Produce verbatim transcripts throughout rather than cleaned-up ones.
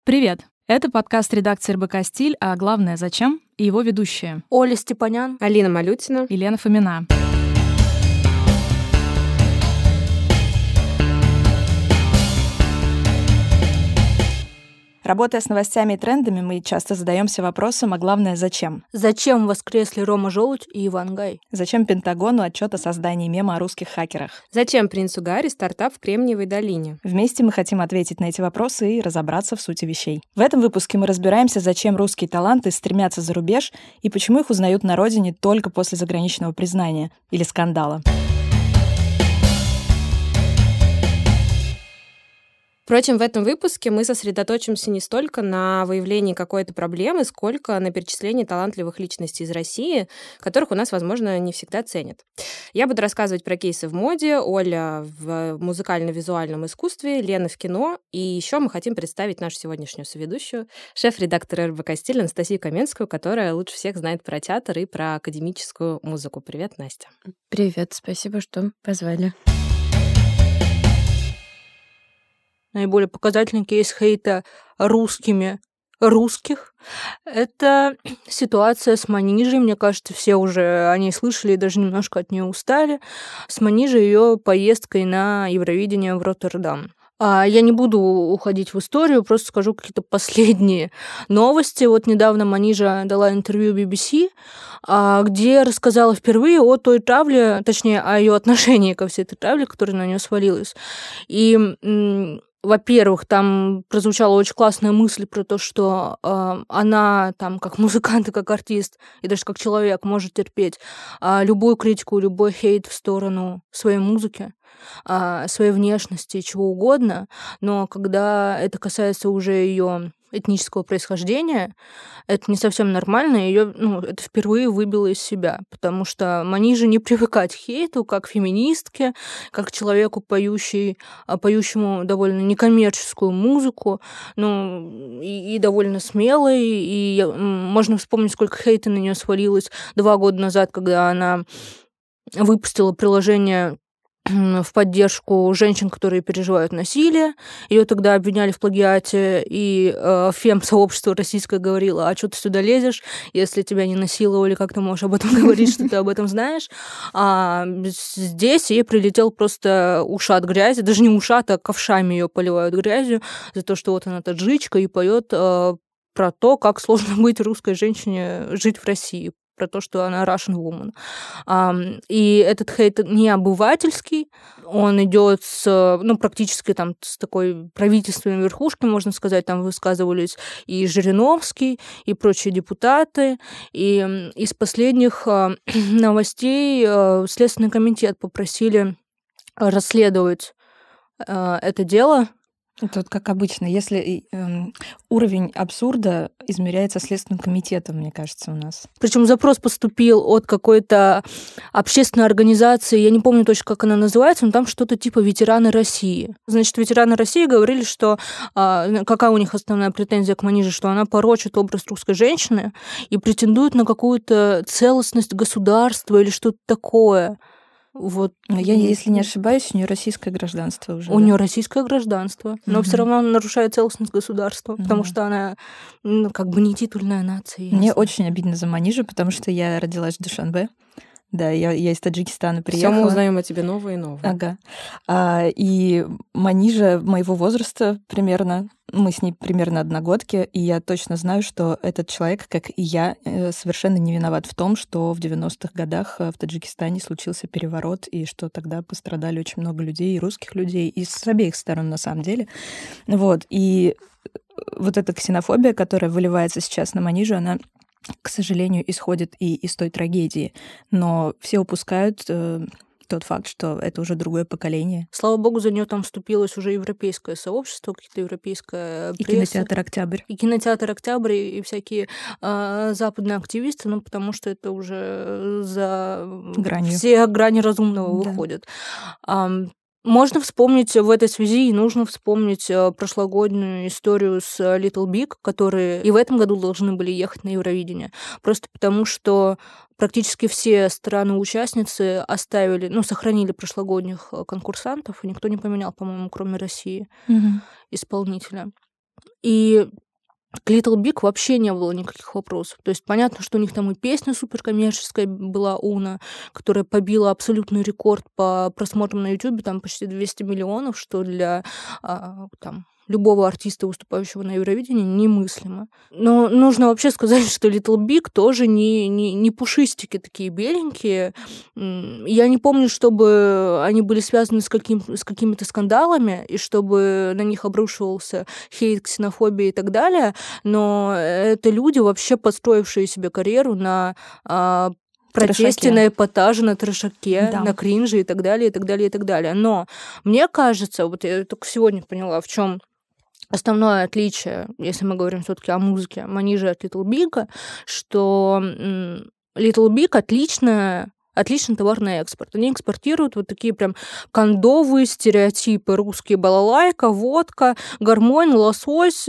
Привет! Это подкаст редакции эр бэ ка «Стиль», а главное «Зачем?» и его ведущие Оля Степанян, Алина Малютина и Лена Фомина. Работая с новостями и трендами, мы часто задаемся вопросом, а главное, зачем? Зачем воскресли Рома Желудь и Иван Гай? Зачем Пентагону отчет о создании мема о русских хакерах? Зачем принцу Гарри стартап в Кремниевой долине? Вместе мы хотим ответить на эти вопросы и разобраться в сути вещей. В этом выпуске мы разбираемся, зачем русские таланты стремятся за рубеж и почему их узнают на родине только после заграничного признания или скандала. Впрочем, в этом выпуске мы сосредоточимся не столько на выявлении какой-то проблемы, сколько на перечислении талантливых личностей из России, которых у нас, возможно, не всегда ценят. Я буду рассказывать про кейсы в моде, Оля в музыкально-визуальном искусстве, Лена в кино, и еще мы хотим представить нашу сегодняшнюю соведущую, шеф-редактора эр бэ ка «Стиль» Анастасию Каменскую, которая лучше всех знает про театр и про академическую музыку. Привет, Настя. Привет, спасибо, что позвали. Наиболее показательный кейс хейта русскими русских — это ситуация с Манижей. Мне кажется, все уже о ней слышали и даже немножко от нее устали. С Манижей ее поездкой на Евровидение в Роттердам. Я не буду уходить в историю, просто скажу какие-то последние новости. Вот недавно Манижа дала интервью би би си, где рассказала впервые о той травле, точнее, о ее отношении ко всей этой травле, которая на нее свалилась. И во-первых, там прозвучала очень классная мысль про то, что э, она там как музыкант и как артист, и даже как человек может терпеть э, любую критику, любой хейт в сторону своей музыки, э, своей внешности, чего угодно, но когда это касается уже ее этнического происхождения, это не совсем нормально, ее, ну, это впервые выбило из себя, потому что Маниже не привыкать к хейту, как феминистке, как человеку, поющей, поющему довольно некоммерческую музыку, ну, и, и довольно смелой, и можно вспомнить, сколько хейта на нее свалилось два года назад, когда она выпустила приложение в поддержку женщин, которые переживают насилие. Ее тогда обвиняли в плагиате, и э, фем-сообщество российское говорило: а что ты сюда лезешь, если тебя не насиловали, как ты можешь об этом говорить, что ты об этом знаешь? А здесь ей прилетел просто ушат грязи, даже не ушат, а ковшами ее поливают грязью за то, что вот она таджичка и поет э, про то, как сложно быть русской женщине, жить в России, про то, что она Russian woman. И этот хейт не обывательский, он идет с, ну, практически там с такой правительственной верхушки, можно сказать, там высказывались и Жириновский, и прочие депутаты. И из последних новостей Следственный комитет попросили расследовать это дело. Это вот как обычно, если э, уровень абсурда измеряется Следственным комитетом, мне кажется, у нас. Причем запрос поступил от какой-то общественной организации, я не помню точно, как она называется, но там что-то типа «Ветераны России». Значит, ветераны России говорили, что э, какая у них основная претензия к Маниже, что она порочит образ русской женщины и претендует на какую-то целостность государства или что-то такое. Вот. Я, если не ошибаюсь, у нее российское гражданство уже. У да? нее российское гражданство, но угу. все равно она нарушает целостность государства, угу. потому что она, ну, как бы не титульная нация. Мне ясно. Очень обидно за Манижу, потому что я родилась в Душанбе. Да, я, я из Таджикистана приехала. Все мы узнаем о тебе новое и новое. Ага. А, и Манижа моего возраста примерно, мы с ней примерно одногодки, и я точно знаю, что этот человек, как и я, совершенно не виноват в том, что в девяностых годах в Таджикистане случился переворот, и что тогда пострадали очень много людей, и русских людей, и с обеих сторон на самом деле. Вот. И вот эта ксенофобия, которая выливается сейчас на Манижу, она, к сожалению, исходит и из той трагедии. Но все упускают э, тот факт, что это уже другое поколение. Слава богу, за нее там вступилось уже европейское сообщество, какие-то европейская пресса. И кинотеатр «Октябрь». И кинотеатр «Октябрь», и всякие э, западные активисты, ну, потому что это уже за гранью. Все грани разумного да. выходят. Можно вспомнить в этой связи, и нужно вспомнить прошлогоднюю историю с Little Big, которые и в этом году должны были ехать на Евровидение. Просто потому, что практически все страны-участницы оставили, ну, сохранили прошлогодних конкурсантов, и никто не поменял, по-моему, кроме России, угу. исполнителя. И к Little Big вообще не было никаких вопросов. То есть понятно, что у них там и песня суперкоммерческая была «Уна», которая побила абсолютный рекорд по просмотрам на Ютубе, там почти двести миллионов, что для а, там, любого артиста, выступающего на Евровидении, немыслимо. Но нужно вообще сказать, что Little Big тоже не, не, не пушистики такие беленькие. Я не помню, чтобы они были связаны с, каким, с какими-то скандалами, и чтобы на них обрушивался хейт, ксенофобия и так далее, но это люди, вообще построившие себе карьеру на а, протесте, трешаке. На эпатаже, на трешаке, да. на кринже и так далее, и так далее, и так далее. Но мне кажется, вот я только сегодня поняла, в чем основное отличие, если мы говорим все-таки о музыке Манижи от Little Big, что Little Big отличная Отличный товар на экспорт. Они экспортируют вот такие прям кондовые стереотипы. Русские: балалайка, водка, гармонь, лосось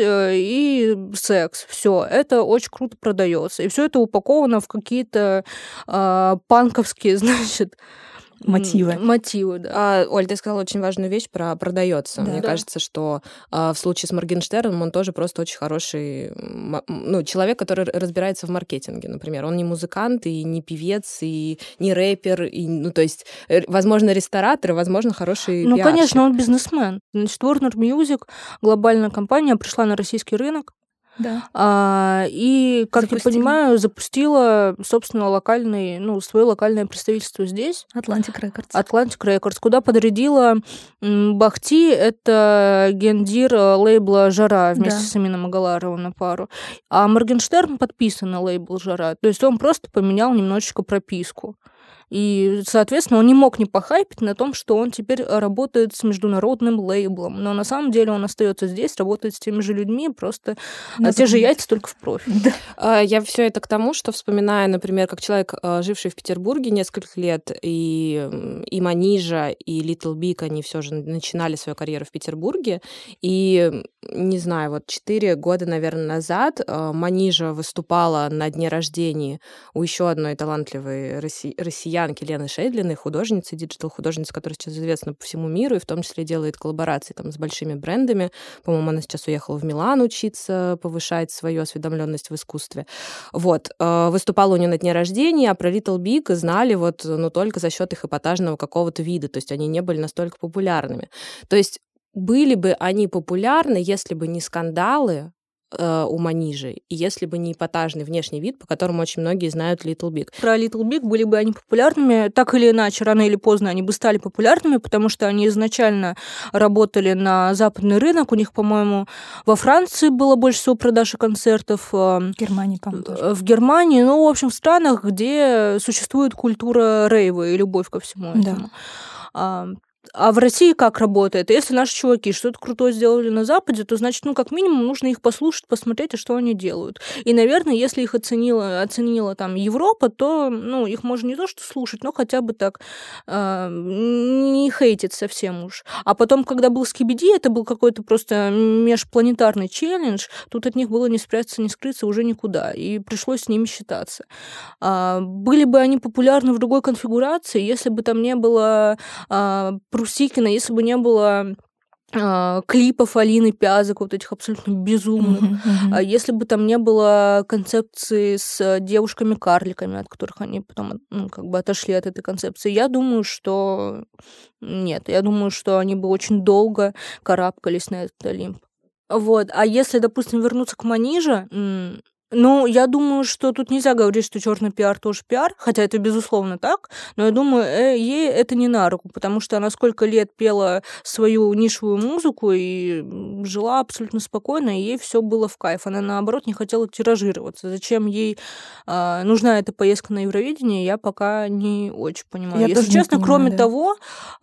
и секс. Все, это очень круто продается. И все это упаковано в какие-то э, панковские, значит, Мотивы. Мотивы, да. А, Оль, ты сказала очень важную вещь про продается. Да. Мне да. кажется, что а, в случае с Моргенштерном он тоже просто очень хороший, ну, человек, который разбирается в маркетинге, например. Он не музыкант и не певец, и не рэпер, и, ну, то есть, возможно, ресторатор, и, возможно, хороший Ну, пиарщик. конечно, он бизнесмен. Значит, Warner Music, глобальная компания, пришла на российский рынок. Да. А, и, как запустила. Я понимаю, запустила, собственно, локальный, ну, свое локальное представительство здесь. Atlantic Records. Atlantic Records, куда подрядила Бахти, это гендир лейбла «Жара» вместе да. с Амином Агаларовым на пару. А Моргенштерн подписан на лейбл «Жара». То есть он просто поменял немножечко прописку. И, соответственно, он не мог не похайпить на том, что он теперь работает с международным лейблом. Но на самом деле он остается здесь, работает с теми же людьми, просто Надо те же яйца, только в профиль. Да. Я все это к тому, что вспоминаю, например, как человек, живший в Петербурге несколько лет, и, и Манижа, и Little Big, они все же начинали свою карьеру в Петербурге. И, не знаю, вот четыре года, наверное, назад Манижа выступала на дне рождения у еще одной талантливой росси- россиянки, Лены Шейдлиной, художницы, диджитал-художницы, которая сейчас известна по всему миру и в том числе делает коллаборации там с большими брендами. По-моему, она сейчас уехала в Милан учиться, повышать свою осведомленность в искусстве. Вот. Выступала у нее на дне рождения, а про Little Big знали вот, ну, только за счет их эпатажного какого-то вида, то есть они не были настолько популярными. То есть были бы они популярны, если бы не скандалы у Манижи, и если бы не эпатажный внешний вид, по которому очень многие знают Little Big. Про Little Big были бы они популярными, так или иначе, рано или поздно они бы стали популярными, потому что они изначально работали на западный рынок, у них, по-моему, во Франции было больше всего продаж и концертов. В Германии, по-моему, тоже. В Германии, ну, в общем, в странах, где существует культура рейва и любовь ко всему этому. Да. А в России как работает? Если наши чуваки что-то крутое сделали на Западе, то, значит, ну, как минимум, нужно их послушать, посмотреть, а что они делают. И, наверное, если их оценила, оценила там Европа, то, ну, их можно не то что слушать, но хотя бы так э, не хейтить совсем уж. А потом, когда был Скибиди, это был какой-то просто межпланетарный челлендж, тут от них было не спрятаться, не скрыться уже никуда, и пришлось с ними считаться. А, были бы они популярны в другой конфигурации, если бы там не было... А, Прусикина, если бы не было э, клипов Алины Пязок, вот этих абсолютно безумных, mm-hmm, mm-hmm. если бы там не было концепции с девушками-карликами, от которых они потом, ну, как бы отошли от этой концепции, я думаю, что нет, я думаю, что они бы очень долго карабкались на этот Олимп. Вот. А если, допустим, вернуться к Манижа, ну, я думаю, что тут нельзя говорить, что черный пиар тоже пиар, хотя это безусловно так, но я думаю, э, ей это не на руку, потому что она сколько лет пела свою нишевую музыку и жила абсолютно спокойно, и ей все было в кайф. Она, наоборот, не хотела тиражироваться. Зачем ей э, нужна эта поездка на Евровидение, я пока не очень понимаю. Я Если честно, понимаю, кроме да. того,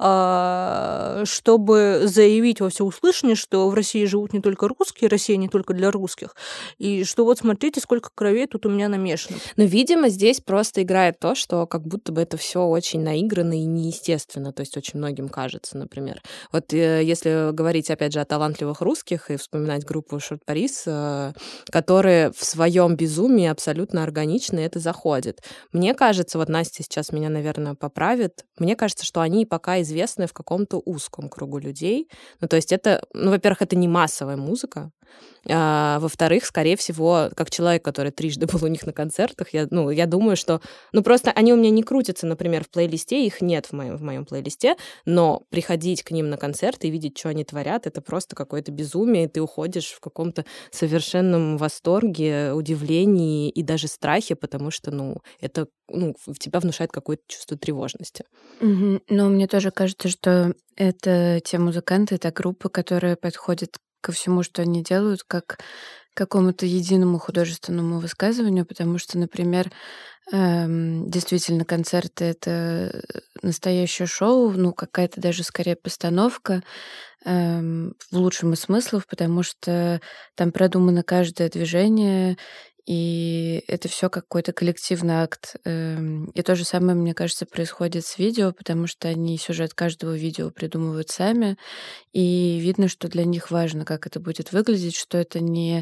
э, чтобы заявить во всеуслышание, что в России живут не только русские, Россия не только для русских, и что вот смотрите, сколько кровей тут у меня намешано. Но, видимо, здесь просто играет то, что как будто бы это все очень наигранно и неестественно, то есть очень многим кажется, например. Вот э, если говорить, опять же, о талантливых русских и вспоминать группу Шорт Парис, э, которые в своем безумии абсолютно органично это заходит. Мне кажется, вот Настя сейчас меня, наверное, поправит, мне кажется, что они пока известны в каком-то узком кругу людей. Ну, то есть это, ну, во-первых, это не массовая музыка, А, во-вторых, скорее всего, как человек, который трижды был у них на концертах, я, ну, я думаю, что... Ну, просто они у меня не крутятся, например, в плейлисте, их нет в моем, в моем плейлисте, но приходить к ним на концерты и видеть, что они творят, это просто какое-то безумие, и ты уходишь в каком-то совершенном восторге, удивлении и даже страхе, потому что, ну, это, ну, в тебя внушает какое-то чувство тревожности. Мгм. Но мне тоже кажется, что это те музыканты, та группа, которая подходит ко всему, что они делают, как к какому-то единому художественному высказыванию, потому что, например, эм, действительно, концерты — это настоящее шоу, ну, какая-то даже скорее постановка, эм, в лучшем из смыслов, потому что там продумано каждое движение, и это все какой-то коллективный акт. Эм, И то же самое, мне кажется, происходит с видео, потому что они сюжет каждого видео придумывают сами, и видно, что для них важно, как это будет выглядеть, что это не,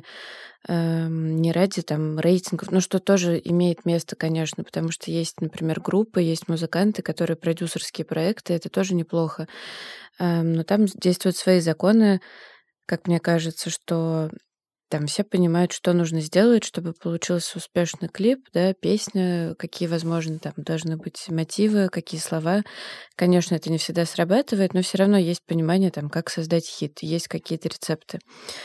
эм, не ради там рейтингов, ну, что тоже имеет место, конечно, потому что есть, например, группы, есть музыканты, которые продюсерские проекты, это тоже неплохо. Эм, Но там действуют свои законы, как мне кажется, что там все понимают, что нужно сделать, чтобы получился успешный клип, да, песня, какие, возможно, там должны быть мотивы, какие слова. Конечно, это не всегда срабатывает, но все равно есть понимание, там, как создать хит, есть какие-то рецепты.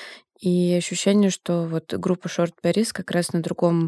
И ощущение, что вот группа Short Paris как раз на другом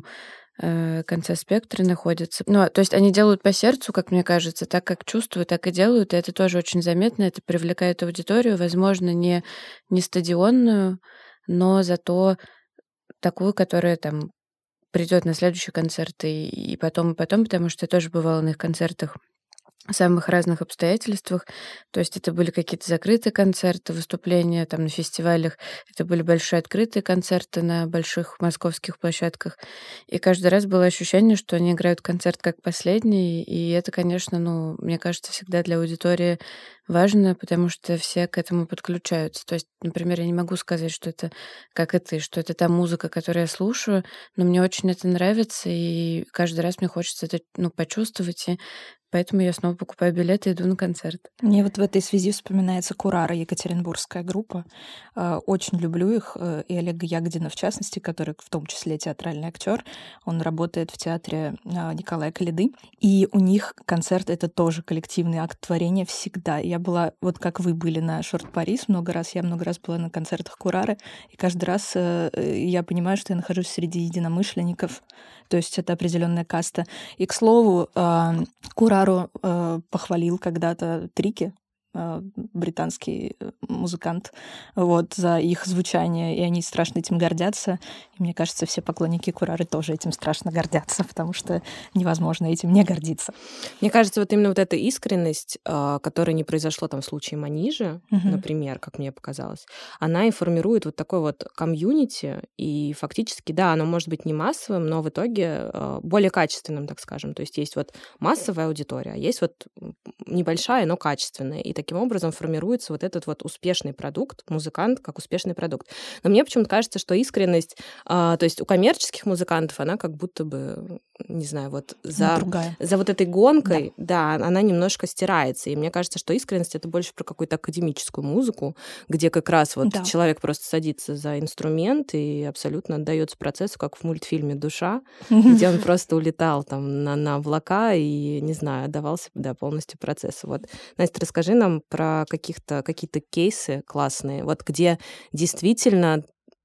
э, конце спектра находится. Ну, то есть они делают по сердцу, как мне кажется, так, как чувствуют, так и делают, и это тоже очень заметно, это привлекает аудиторию, возможно, не, не стадионную, но зато такую, которая там придет на следующий концерт и, и потом, и потом, потому что я тоже бывала на их концертах в самых разных обстоятельствах. То есть это были какие-то закрытые концерты, выступления там на фестивалях, это были большие открытые концерты на больших московских площадках. И каждый раз было ощущение, что они играют концерт как последний, и это, конечно, ну, мне кажется, всегда для аудитории важно, потому что все к этому подключаются. То есть, например, я не могу сказать, что это как и ты, что это та музыка, которую я слушаю, но мне очень это нравится, и каждый раз мне хочется это, ну, почувствовать, и поэтому я снова покупаю билеты и иду на концерт. Мне вот в этой связи вспоминается Курара, екатеринбургская группа. Э, Очень люблю их, э, и Олега Ягодина в частности, который в том числе театральный актер. Он работает в театре э, Николая Калиды. И у них концерт — это тоже коллективный акт творения всегда. Я была, вот как вы были на Short Paris много раз, я много раз была на концертах Курары, и каждый раз э, я понимаю, что я нахожусь среди единомышленников, то есть это определенная каста. И, к слову, э, Курару э, похвалил когда-то Трики, э, британский э, музыкант, вот, за их звучание, и они страшно этим гордятся. И мне кажется, все поклонники Курары тоже этим страшно гордятся, потому что невозможно этим не гордиться. Мне кажется, вот именно вот эта искренность, а, которая не произошла там в случае Манижи, Мгм. например, как мне показалось, она и формирует вот такой вот комьюнити, и фактически, да, оно может быть не массовым, но в итоге а, более качественным, так скажем. То есть есть вот массовая аудитория, а есть вот м, небольшая, но качественная. И таким образом формируется вот этот вот успешный продукт, музыкант как успешный продукт. Но мне почему-то кажется, что искренность, а, то есть у коммерческих музыкантов, она как будто бы, не знаю, вот Она за, другая. за вот этой гонкой, да. она немножко стирается. И мне кажется, что искренность — это больше про какую-то академическую музыку, где как раз вот Да. человек просто садится за инструмент и абсолютно отдается процессу, как в мультфильме «Душа», где он просто улетал там на, на облака и, не знаю, отдавался, да, полностью процессу. Вот, Настя, расскажи нам про каких-то, какие-то кейсы классные, вот где действительно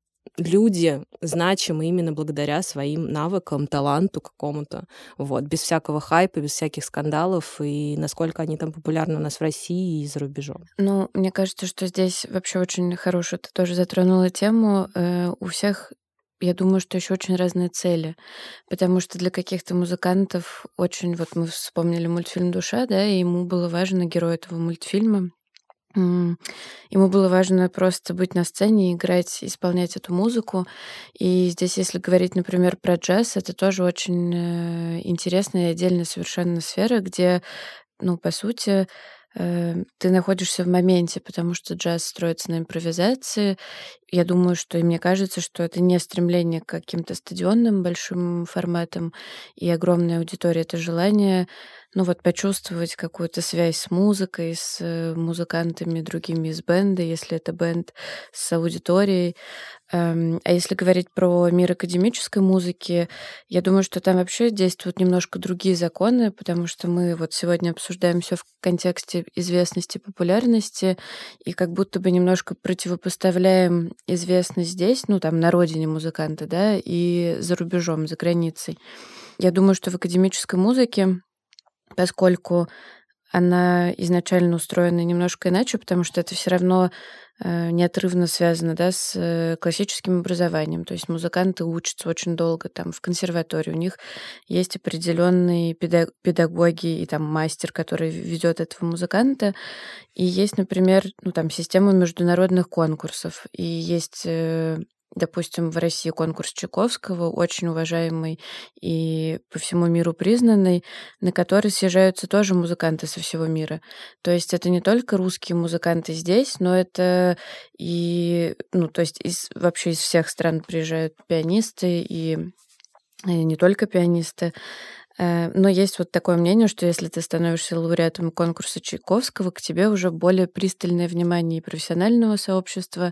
люди значимы именно благодаря своим навыкам, таланту какому-то, вот, без всякого хайпа, без всяких скандалов, и насколько они там популярны у нас в России и за рубежом. Ну, мне кажется, что здесь вообще очень хорошую ты тоже затронула тему. Э, У всех, я думаю, что еще очень разные цели, потому что для каких-то музыкантов очень, вот мы вспомнили мультфильм «Душа», да, и ему было важно, герой этого мультфильма, м, ему было важно просто быть на сцене, играть, исполнять эту музыку. И здесь, если говорить, например, про джаз, это тоже очень э, интересная и отдельная совершенно сфера, где, ну, по сути, э, ты находишься в моменте, потому что джаз строится на импровизации, я думаю, что и мне кажется, что это не стремление к каким-то стадионным большим форматам и огромной аудитории, это желание, ну вот, почувствовать какую-то связь с музыкой, с музыкантами другими из бенда, если это бенд, с аудиторией. А если говорить про мир академической музыки, я думаю, что там вообще действуют немножко другие законы, потому что мы вот сегодня обсуждаем все в контексте известности, популярности, и как будто бы немножко противопоставляем известность здесь, ну там на родине музыканта, да, и за рубежом, за границей. Я думаю, что в академической музыке, поскольку она изначально устроена немножко иначе, потому что это все равно э, неотрывно связано, да, с э, классическим образованием. То есть музыканты учатся очень долго там в консерватории. У них есть определенные педаг- педагоги и там мастер, который ведет этого музыканта. И есть, например, ну, там, система международных конкурсов. И есть... Э, Допустим, в России конкурс Чайковского, очень уважаемый и по всему миру признанный, на который съезжаются тоже музыканты со всего мира. То есть это не только русские музыканты здесь, но это и, ну, то есть из, вообще из всех стран приезжают пианисты и, и не только пианисты. Но есть вот такое мнение, что если ты становишься лауреатом конкурса Чайковского, к тебе уже более пристальное внимание и профессионального сообщества,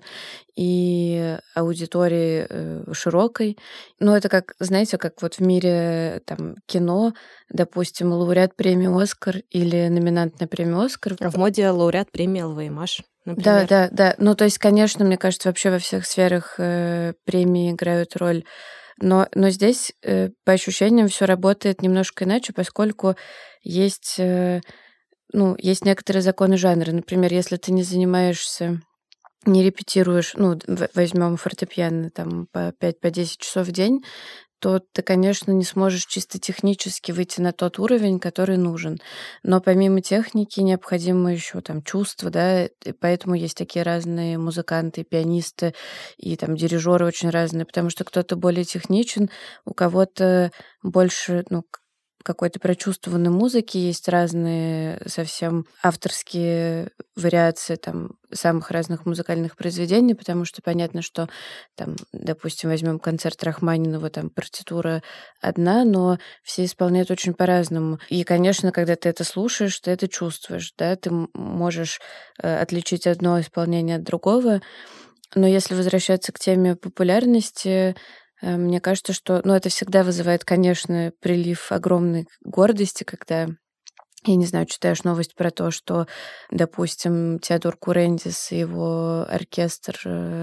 и аудитории широкой. Но это как, знаете, как вот в мире там, кино, допустим, лауреат премии «Оскар» или номинант на премию «Оскар». А в моде лауреат премии ЛВМаш, Да, например. да, да. Ну, то есть, конечно, мне кажется, вообще во всех сферах э, премии играют роль. Но, но здесь, э, по ощущениям, все работает немножко иначе, поскольку есть, э, ну, есть некоторые законы жанра. Например, если ты не занимаешься, не репетируешь, ну, возьмем фортепиано там по пять-десять часов в день, то ты, конечно, не сможешь чисто технически выйти на тот уровень, который нужен. Но помимо техники необходимо еще там чувство, да, и поэтому есть такие разные музыканты, пианисты и там дирижеры очень разные, потому что кто-то более техничен, у кого-то больше, ну, какой-то прочувствованной музыки, есть разные совсем авторские вариации там самых разных музыкальных произведений, потому что понятно, что там, допустим, возьмем концерт Рахманинова, там партитура одна, но все исполняют очень по-разному. И, конечно, когда ты это слушаешь, ты это чувствуешь, да, ты можешь э, отличить одно исполнение от другого. Но если возвращаться к теме популярности, мне кажется, что, ну, это всегда вызывает, конечно, прилив огромной гордости, когда, я не знаю, читаешь новость про то, что, допустим, Теодор Курендис и его оркестр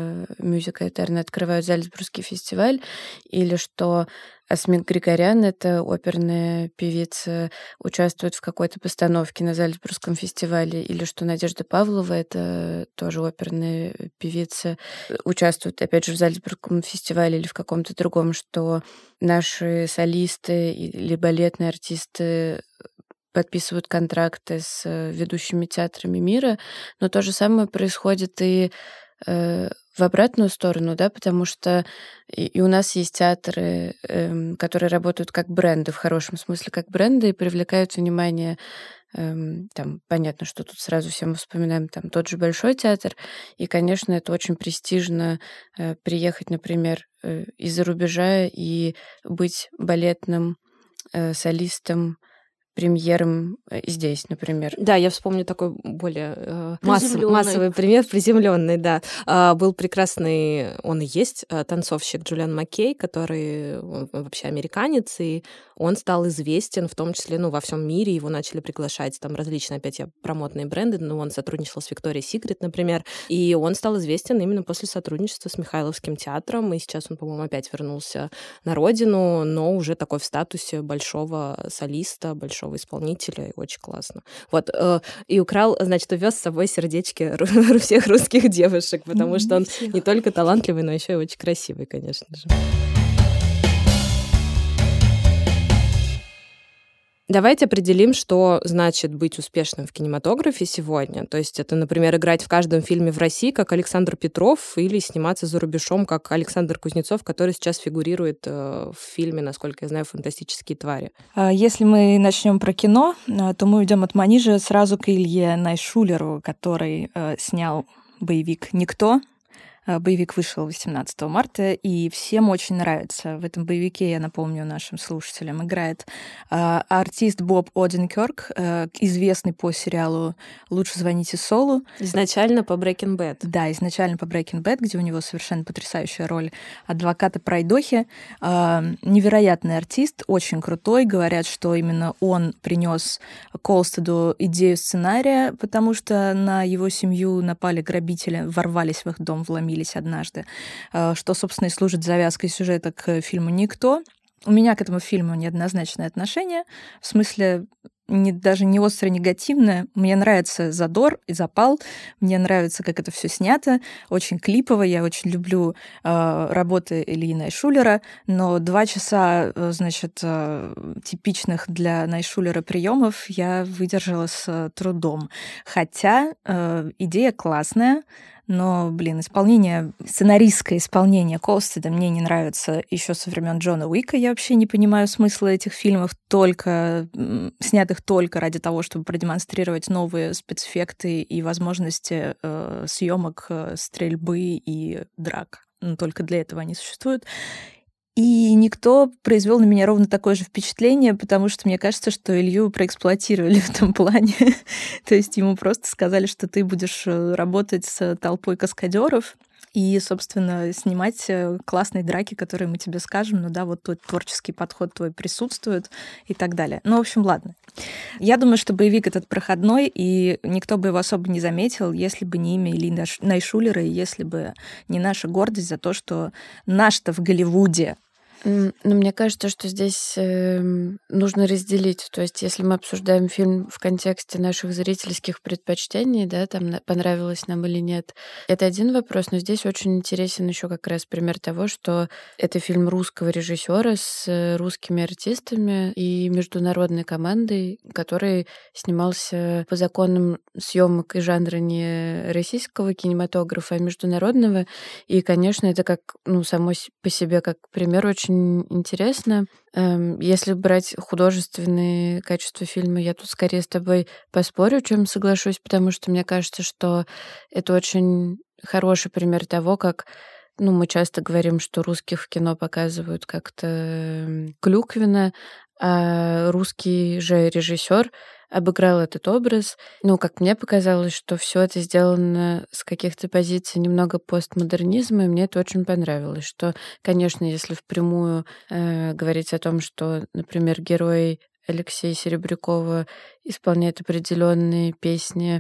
Мюзика Этерна открывают Зальцбургский фестиваль, или что Асмик Григорян, это оперная певица, участвует в какой-то постановке на Зальцбургском фестивале, или что Надежда Павлова, это тоже оперная певица, участвует, опять же, в Зальцбургском фестивале или в каком-то другом, что наши солисты или балетные артисты подписывают контракты с ведущими театрами мира, но то же самое происходит и э, в обратную сторону, да, потому что и, и у нас есть театры, э, которые работают как бренды, в хорошем смысле как бренды, и привлекают внимание. Э, там понятно, что тут сразу все мы вспоминаем там тот же Большой театр, и, конечно, это очень престижно э, приехать, например, э, из-за рубежа и быть балетным э, солистом, премьером здесь, например. Да, я вспомню такой более э, масс, массовый пример, приземленный, да. А, был прекрасный, он и есть, танцовщик Джулиан Маккей, который вообще американец, и он стал известен, в том числе, ну, во всем мире, его начали приглашать, там, различные, опять я, промотные бренды, но он сотрудничал с Victoria's Secret, например, и он стал известен именно после сотрудничества с Михайловским театром, и сейчас он, по-моему, опять вернулся на родину, но уже такой в статусе большого солиста, большого исполнителя, и очень классно. Вот, э, и украл, значит, увез с собой сердечки ру- всех русских девушек, потому что он не только талантливый, но еще и очень красивый, конечно же. Давайте определим, что значит быть успешным в кинематографе сегодня. То есть это, например, играть в каждом фильме в России, как Александр Петров, или сниматься за рубежом, как Александр Кузнецов, который сейчас фигурирует э, в фильме, насколько я знаю, «Фантастические твари». Если мы начнем про кино, то мы уйдем от Манижа сразу к Илье Найшулеру, который э, снял боевик «Никто», Боевик вышел восемнадцатого марта, и всем очень нравится. В этом боевике, я напомню нашим слушателям, играет артист Боб Оденкёрк, известный по сериалу «Лучше звоните Солу». Изначально по Breaking Bad. Да, изначально по Breaking Bad, где у него совершенно потрясающая роль адвоката-пройдохи. Невероятный артист, очень крутой. Говорят, что именно он принес Колстеду идею сценария, потому что на его семью напали грабители, ворвались в их дом, вломились однажды, что, собственно, и служит завязкой сюжета к фильму «Никто». У меня к этому фильму неоднозначное отношение, в смысле не, даже не остро негативное. Мне нравится задор и запал, мне нравится, как это все снято, очень клипово, я очень люблю э, работы Ильи Найшулера, но два часа, значит, э, типичных для Найшулера приемов я выдержала с трудом. Хотя э, идея классная, но, блин, исполнение, сценаристское исполнение Колстеда мне не нравится еще со времен Джона Уика. Я вообще не понимаю смысла этих фильмов, только снятых только ради того, чтобы продемонстрировать новые спецэффекты и возможности э, съемок, стрельбы и драк. Но только для этого они существуют. И «Никто» произвел на меня ровно такое же впечатление, потому что мне кажется, что Илью проэксплуатировали в этом плане. То есть ему просто сказали, что ты будешь работать с толпой каскадеров и, собственно, снимать классные драки, которые мы тебе скажем, ну да, вот тут творческий подход твой присутствует и так далее. Ну, в общем, ладно. Я думаю, что боевик этот проходной, и никто бы его особо не заметил, если бы не имя Ильи Найшулера, и если бы не наша гордость за то, что наш-то в Голливуде. Ну, мне кажется, что здесь э, нужно разделить. То есть, если мы обсуждаем фильм в контексте наших зрительских предпочтений, да, там понравилось нам или нет, это один вопрос, но здесь очень интересен еще как раз пример того, что это фильм русского режиссера с русскими артистами и международной командой, который снимался по законам съемок и жанра не российского кинематографа, а международного. И, конечно, это как, ну, само по себе как пример очень интересно. Если брать художественные качества фильма, я тут скорее с тобой поспорю, чем соглашусь, потому что мне кажется, что это очень хороший пример того, как, ну, мы часто говорим, что русских в кино показывают как-то клюквенно, а русский же режиссер обыграл этот образ. Ну, как мне показалось, что все это сделано с каких-то позиций немного постмодернизма, и мне это очень понравилось. Что, конечно, если впрямую э, говорить о том, что, например, герой Алексея Серебрякова исполняет определенные песни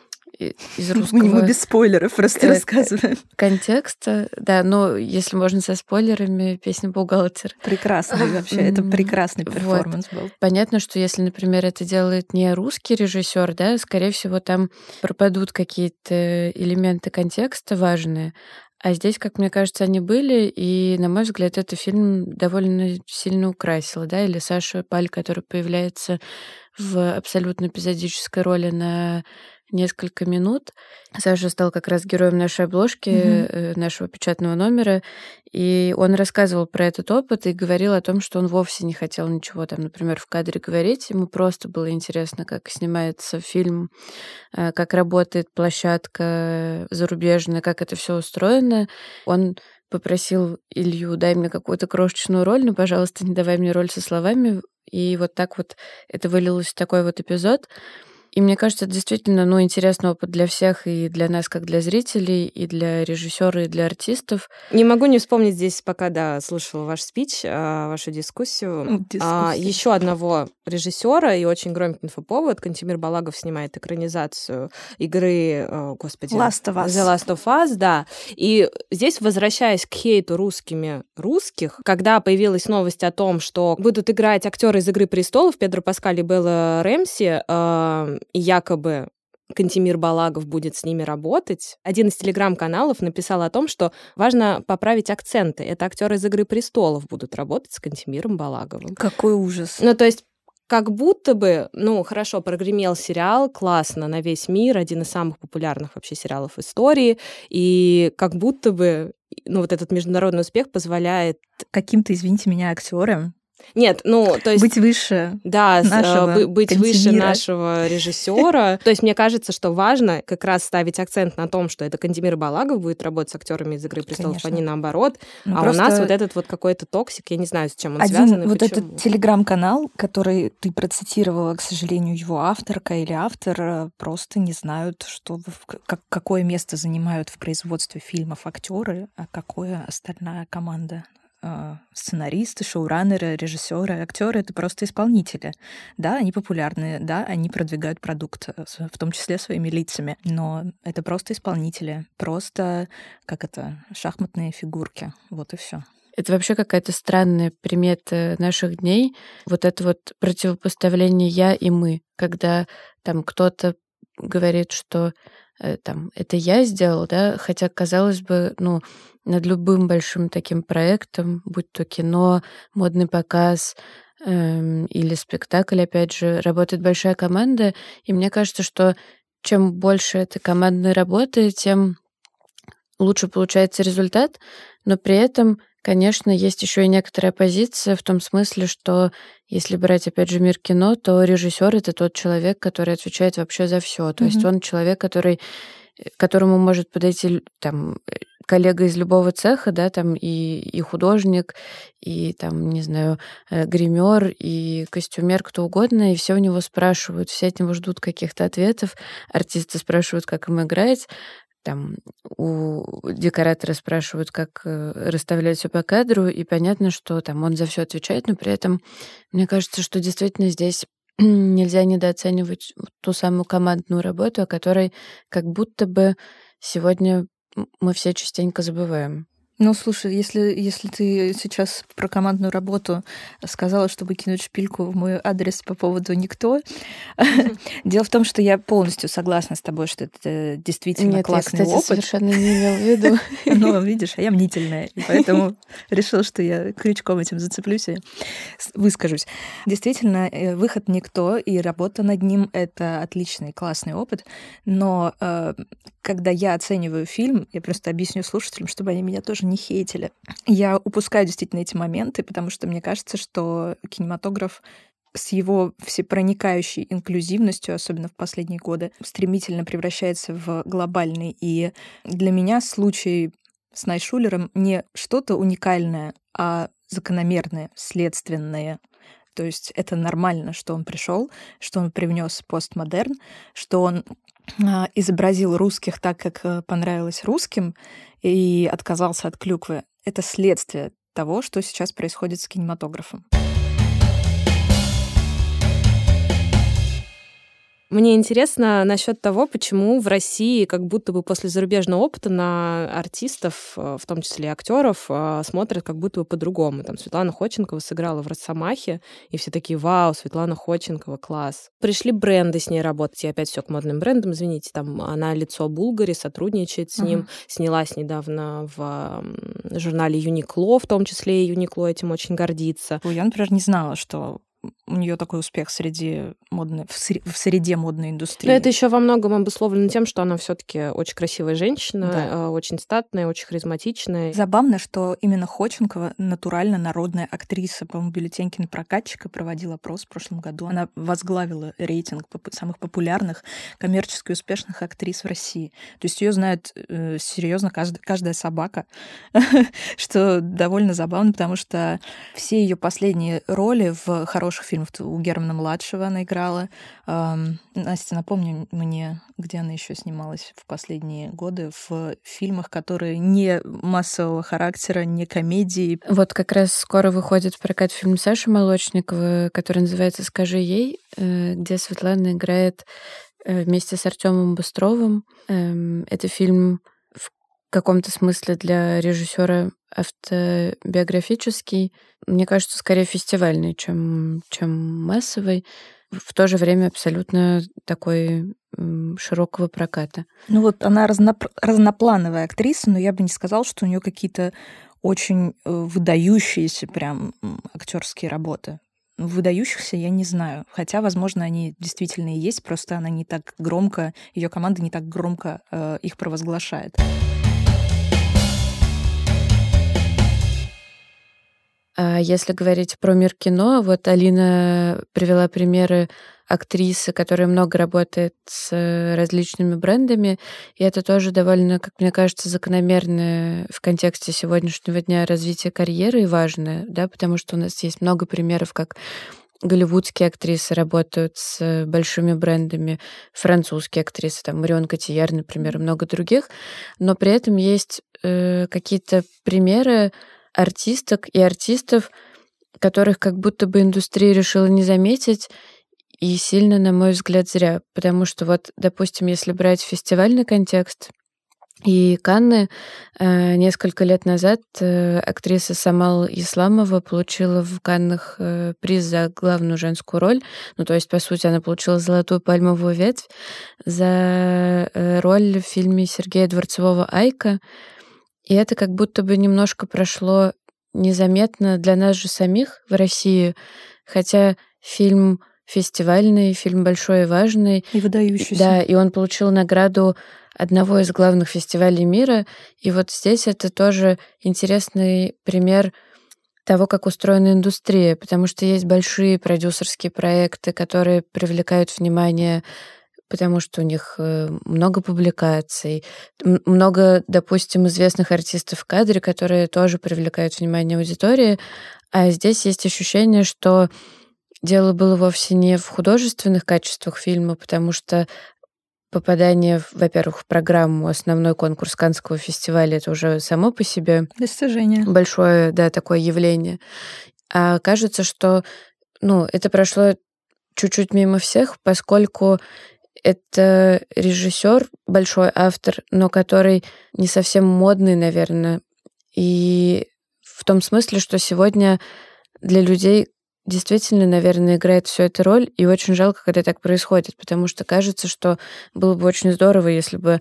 из русского... Мы без спойлеров просто рассказываем. Контекста, да, но если можно со спойлерами, песня «Бухгалтер». Прекрасный вообще, это прекрасный перформанс был. Понятно, что если, например, это делает не русский режиссер, да, скорее всего, там пропадут какие-то элементы контекста важные, а здесь, как мне кажется, они были, и, на мой взгляд, этот фильм довольно сильно украсил, да, или Саша Паль, который появляется в абсолютно эпизодической роли на несколько минут. Саша стал как раз героем нашей обложки, mm-hmm. нашего печатного номера, и он рассказывал про этот опыт и говорил о том, что он вовсе не хотел ничего там, например, в кадре говорить. Ему просто было интересно, как снимается фильм, как работает площадка зарубежная, как это все устроено. Он попросил Илью: дай мне какую-то крошечную роль, но, пожалуйста, не давай мне роль со словами. И вот так вот это вылилось в такой вот эпизод. И мне кажется, это действительно, ну, интересный опыт для всех, и для нас, как для зрителей, и для режиссера, и для артистов. Не могу не вспомнить здесь, пока, да, слушала ваш спич, вашу дискуссию. А, еще одного режиссера и очень громкий инфоповод. Кантемир Балагов снимает экранизацию игры, господи... Last of Us. The Last of Us, да. И здесь, возвращаясь к хейту русскими русских, когда появилась новость о том, что будут играть актеры из «Игры престолов» Педро Паскаль и Белла Рэмси, и якобы Кантемир Балагов будет с ними работать, один из телеграм-каналов написал о том, что важно поправить акценты. Это актеры из «Игры престолов» будут работать с Кантемиром Балаговым. Какой ужас. Ну, то есть как будто бы, ну, хорошо, прогремел сериал, классно, на весь мир, один из самых популярных вообще сериалов истории, и как будто бы, ну, вот этот международный успех позволяет... Каким-то, извините меня, актерам Нет, ну, то есть... Быть выше да, нашего быть выше нашего режиссера. То есть мне кажется, что важно как раз ставить акцент на том, что это Кантемир Балагов будет работать с актерами из «Игры престолов», а не наоборот. Ну, а у нас вот этот вот какой-то токсик, я не знаю, с чем он один связан и вот почему. этот телеграм-канал, который ты процитировала, к сожалению, его авторка или автор, просто не знают, что как, какое место занимают в производстве фильмов актеры, а какое остальная команда. Сценаристы, шоураннеры, режиссеры, актеры — это просто исполнители. Да, они популярны, да, они продвигают продукт, в том числе своими лицами, но это просто исполнители, просто, как это, шахматные фигурки. Вот и все. Это вообще какая-то странная примета наших дней. Вот это вот противопоставление «я» и «мы», когда там кто-то говорит, что э, там, это я сделал, да, хотя, казалось бы, ну, над любым большим таким проектом, будь то кино, модный показ эм, или спектакль, опять же, работает большая команда, и мне кажется, что чем больше этой командной работы, тем лучше получается результат, но при этом, конечно, есть еще и некоторая позиция в том смысле, что если брать, опять же, мир кино, то режиссер — это тот человек, который отвечает вообще за все. То mm-hmm. есть он человек, который, к которому может подойти там коллега из любого цеха, да, там и, и художник, и там, не знаю, гример, и костюмер, кто угодно, и все у него спрашивают, все от него ждут каких-то ответов, артисты спрашивают, как им играть, там у декоратора спрашивают, как расставлять все по кадру, и понятно, что там он за все отвечает, но при этом мне кажется, что действительно здесь нельзя недооценивать ту самую командную работу, о которой как будто бы сегодня мы все частенько забываем. Ну, слушай, если, если ты сейчас про командную работу сказала, чтобы кинуть шпильку в мой адрес по поводу «Никто», mm-hmm. дело в том, что я полностью согласна с тобой, что это действительно Нет, классный я, кстати, опыт. Совершенно не имела в виду. Ну, видишь, а я мнительная, и поэтому решила, что я крючком этим зацеплюсь и выскажусь. Действительно, выход «Никто» и работа над ним — это отличный, классный опыт, но когда я оцениваю фильм, я просто объясню слушателям, чтобы они меня тоже не хейтили. Я упускаю действительно эти моменты, потому что мне кажется, что кинематограф с его всепроникающей инклюзивностью, особенно в последние годы, стремительно превращается в глобальный. И для меня случай с Найшулером не что-то уникальное, а закономерное, следственное. То есть это нормально, что он пришел, что он привнес постмодерн, что он изобразил русских так, как понравилось русским, и отказался от клюквы. Это следствие того, что сейчас происходит с кинематографом. Мне интересно насчет того, почему в России как будто бы после зарубежного опыта на артистов, в том числе и актеров, смотрят как будто бы по-другому. Там Светлана Ходченкова сыграла в «Росомахе», и все такие: вау, Светлана Ходченкова, класс. Пришли бренды с ней работать, и опять все к модным брендам, извините, там она лицо Булгари, сотрудничает с ним, uh-huh. снялась недавно в журнале Юникло, в том числе и Юникло этим очень гордится. Я, например, не знала, что у нее такой успех среди модной, в, сре, в среде модной индустрии. Но это еще во многом обусловлено тем, что она все-таки очень красивая женщина, да. очень статная, очень харизматичная. Забавно, что именно Ходченкова натурально народная актриса. По-моему, бюллетень кинопрокатчика проводил опрос в прошлом году. Она возглавила рейтинг самых популярных коммерчески успешных актрис в России. То есть ее знает э, серьезно каждая, каждая собака, что довольно забавно, потому что все ее последние роли в хороших фильмов. У Германа-младшего она играла. Эм, Настя, напомни мне, где она еще снималась в последние годы, в фильмах, которые не массового характера, не комедии. Вот как раз скоро выходит в прокат фильм Саши Молочникова, который называется «Скажи ей», где Светлана играет вместе с Артемом Быстровым. Это фильм в каком-то смысле для режиссера автобиографический. Мне кажется, скорее фестивальный, чем, чем массовый. В то же время абсолютно такой широкого проката. Ну вот она разноп... разноплановая актриса, но я бы не сказала, что у нее какие-то очень выдающиеся прям актерские работы. Выдающихся я не знаю. Хотя, возможно, они действительно и есть, просто она не так громко, ее команда не так громко э, их провозглашает. А если говорить про мир кино, вот Алина привела примеры актрисы, которая много работает с различными брендами, и это тоже довольно, как мне кажется, закономерное в контексте сегодняшнего дня развития карьеры и важное, да, потому что у нас есть много примеров, как голливудские актрисы работают с большими брендами, французские актрисы, там Марион Котийяр, например, и много других, но при этом есть э, какие-то примеры артисток и артистов, которых как будто бы индустрия решила не заметить, и сильно, на мой взгляд, зря. Потому что вот, допустим, если брать фестивальный контекст и Канны, э, несколько лет назад э, актриса Самал Исламова получила в Каннах э, приз за главную женскую роль. Ну, то есть, по сути, она получила золотую пальмовую ветвь за э, роль в фильме Сергея Дворцового «Айка». И это как будто бы немножко прошло незаметно для нас же самих в России, хотя фильм фестивальный, фильм большой и важный. И выдающийся. Да, и он получил награду одного из главных фестивалей мира. И вот здесь это тоже интересный пример того, как устроена индустрия, потому что есть большие продюсерские проекты, которые привлекают внимание, потому что у них много публикаций, много, допустим, известных артистов в кадре, которые тоже привлекают внимание аудитории. А здесь есть ощущение, что дело было вовсе не в художественных качествах фильма, потому что попадание, во-первых, в программу основной конкурс Каннского фестиваля — это уже само по себе достижение, большое, да, такое явление. А кажется, что, ну, это прошло чуть-чуть мимо всех, поскольку это режиссер, большой автор, но который не совсем модный, наверное. И в том смысле, что сегодня для людей действительно, наверное, играет все это роль, и очень жалко, когда так происходит, потому что кажется, что было бы очень здорово, если бы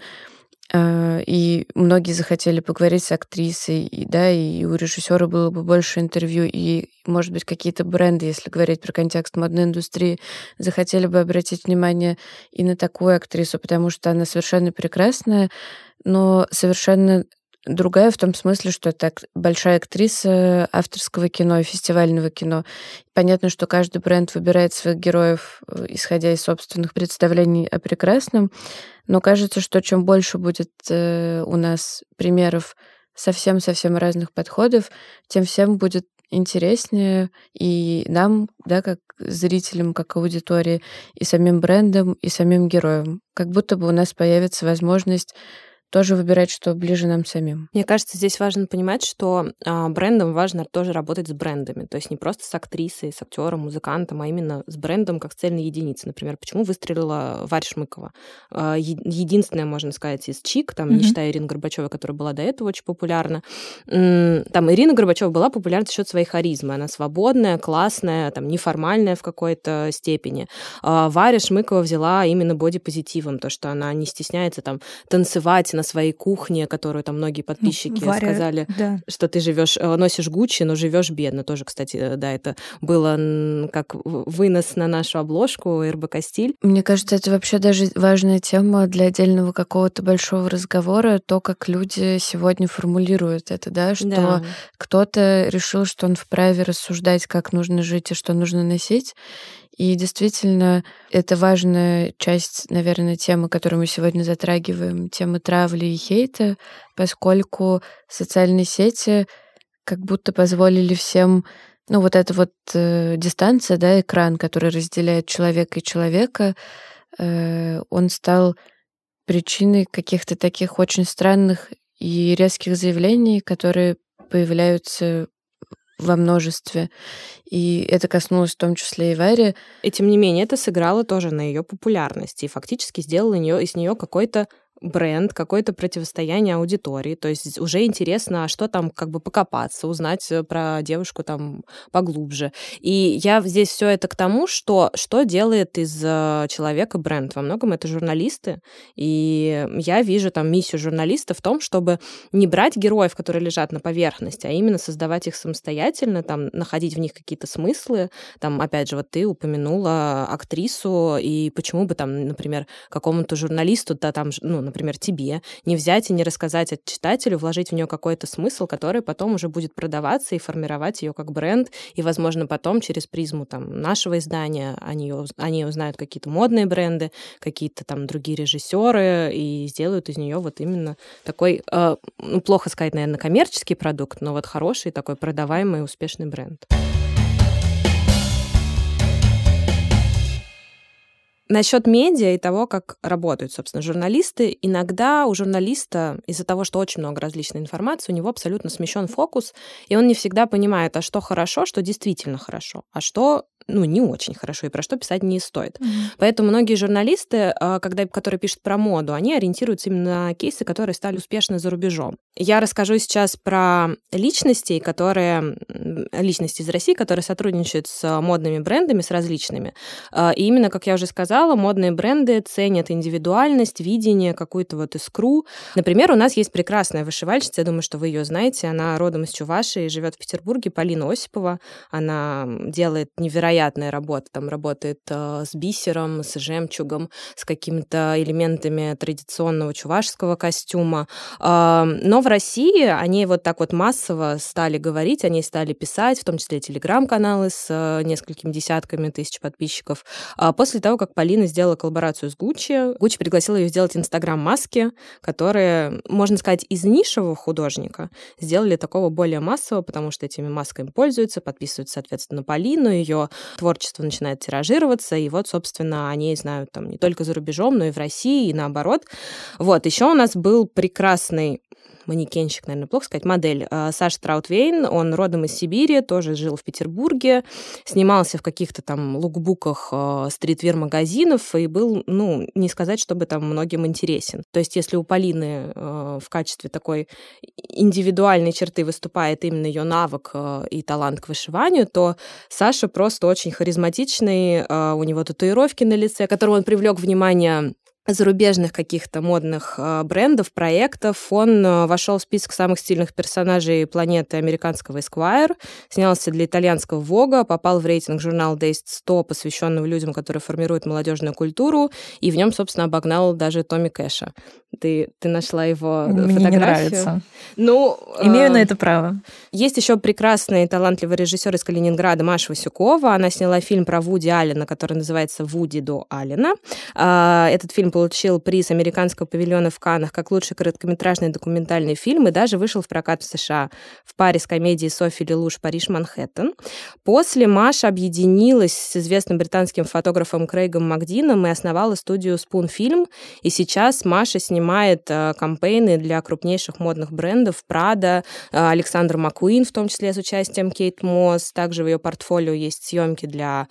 э, и многие захотели поговорить с актрисой, и, да, и у режиссера было бы больше интервью, и, может быть, какие-то бренды, если говорить про контекст модной индустрии, захотели бы обратить внимание и на такую актрису, потому что она совершенно прекрасная, но совершенно другая в том смысле, что это большая актриса авторского кино и фестивального кино. Понятно, что каждый бренд выбирает своих героев, исходя из собственных представлений о прекрасном, но кажется, что чем больше будет у нас примеров совсем-совсем разных подходов, тем всем будет интереснее и нам, да, как зрителям, как аудитории, и самим брендам, и самим героям. Как будто бы у нас появится возможность тоже выбирать, что ближе нам самим. Мне кажется, здесь важно понимать, что а, брендам важно тоже работать с брендами. То есть не просто с актрисой, с актером, музыкантом, а именно с брендом как цельной единицей. Например, почему выстрелила Варя Шмыкова? А, единственная, можно сказать, из чик, там, mm-hmm. не считая Ирины Горбачевой, которая была до этого очень популярна. Там Ирина Горбачева была популярна за счет своей харизмы. Она свободная, классная, там, неформальная в какой-то степени. А Варя Шмыкова взяла именно бодипозитивом, то, что она не стесняется там танцевать на своей кухне, которую там многие подписчики Варя, сказали, да. что ты живешь, носишь Гуччи, но живешь бедно. Тоже, кстати, да, это было как вынос на нашу обложку эр бэ ка «Стиль». Мне кажется, это вообще даже важная тема для отдельного какого-то большого разговора, то, как люди сегодня формулируют это, да, что да. кто-то решил, что он вправе рассуждать, как нужно жить и что нужно носить. И действительно, это важная часть, наверное, темы, которую мы сегодня затрагиваем, темы травли и хейта, поскольку социальные сети как будто позволили всем, ну, вот эта вот э, дистанция, да, экран, который разделяет человека и человека, э, он стал причиной каких-то таких очень странных и резких заявлений, которые появляются во множестве. И это коснулось в том числе и Вари. И тем не менее, это сыграло тоже на ее популярности и фактически сделало из нее какой-то бренд, какое-то противостояние аудитории. То есть уже интересно, что там как бы покопаться, узнать про девушку там поглубже. И я здесь все это к тому, что что делает из человека бренд. Во многом это журналисты. И я вижу там миссию журналиста в том, чтобы не брать героев, которые лежат на поверхности, а именно создавать их самостоятельно, там, находить в них какие-то смыслы. Там, опять же, вот ты упомянула актрису, и почему бы там, например, какому-то журналисту, да, там, ну, например, тебе, не взять и не рассказать от читателю, вложить в нее какой-то смысл, который потом уже будет продаваться и формировать ее как бренд, и, возможно, потом через призму там, нашего издания они, они узнают какие-то модные бренды, какие-то там другие режиссеры и сделают из нее вот именно такой, э, ну, плохо сказать, наверное, коммерческий продукт, но вот хороший такой продаваемый и успешный бренд. Насчет медиа и того, как работают, собственно, журналисты. Иногда у журналиста из-за того, что очень много различной информации, у него абсолютно смещен фокус, и он не всегда понимает, а что хорошо, что действительно хорошо, а что ну, не очень хорошо, и про что писать не стоит. Mm-hmm. Поэтому многие журналисты, когда, которые пишут про моду, они ориентируются именно на кейсы, которые стали успешны за рубежом. Я расскажу сейчас про личностей, которые, личности из России, которые сотрудничают с модными брендами, с различными. И именно, как я уже сказала, модные бренды ценят индивидуальность, видение, какую-то вот искру. Например, у нас есть прекрасная вышивальщица, я думаю, что вы ее знаете, она родом из Чувашии, живет в Петербурге, Полина Осипова. Она делает невероятно Невероятная работа. Там работает э, с бисером, с жемчугом, с какими-то элементами традиционного чувашского костюма. Э, но в России они вот так вот массово стали говорить, они стали писать, в том числе телеграм-каналы с э, несколькими десятками тысяч подписчиков. Э, после того, как Полина сделала коллаборацию с Гуччи, Гуччи пригласила ее сделать инстаграм-маски, которые, можно сказать, из нишевого художника сделали такого более массового, потому что этими масками пользуются, подписываются, соответственно, Полину, ее творчество начинает тиражироваться, и вот, собственно, они знают там не только за рубежом, но и в России, и наоборот. Вот, еще у нас был прекрасный манекенщик, наверное, плохо сказать, модель Саша Траутвейн, он родом из Сибири, тоже жил в Петербурге, снимался в каких-то там лукбуках стритвир-магазинов и был, ну, не сказать, чтобы там многим интересен. То есть если у Полины в качестве такой индивидуальной черты выступает именно ее навык и талант к вышиванию, то Саша просто очень харизматичный, у него татуировки на лице, которым он привлек внимание зарубежных каких-то модных э, брендов, проектов. Он э, вошел в список самых стильных персонажей планеты американского Esquire, снялся для итальянского Vogue, попал в рейтинг журнала Dazed сто, посвященного людям, которые формируют молодежную культуру, и в нем, собственно, обогнал даже Томми Кэша. Ты, ты нашла его Мне фотографию? Мне не нравится. Ну, Имею э, на это право. Есть еще прекрасный, талантливый режиссер из Калининграда Маша Васюкова. Она сняла фильм про Вуди Аллена, который называется «Вуди до Аллена». Э, этот фильм получил приз американского павильона в Каннах как лучший короткометражный документальный фильм и даже вышел в прокат в США в паре с комедией Софи Лелуш «Париж, Манхэттен». После Маша объединилась с известным британским фотографом Крейгом Макдином и основала студию Spoon Film. И сейчас Маша снимает э, кампейны для крупнейших модных брендов Prada, э, Александр Маккуин, в том числе с участием Кейт Мосс. Также в ее портфолио есть съемки для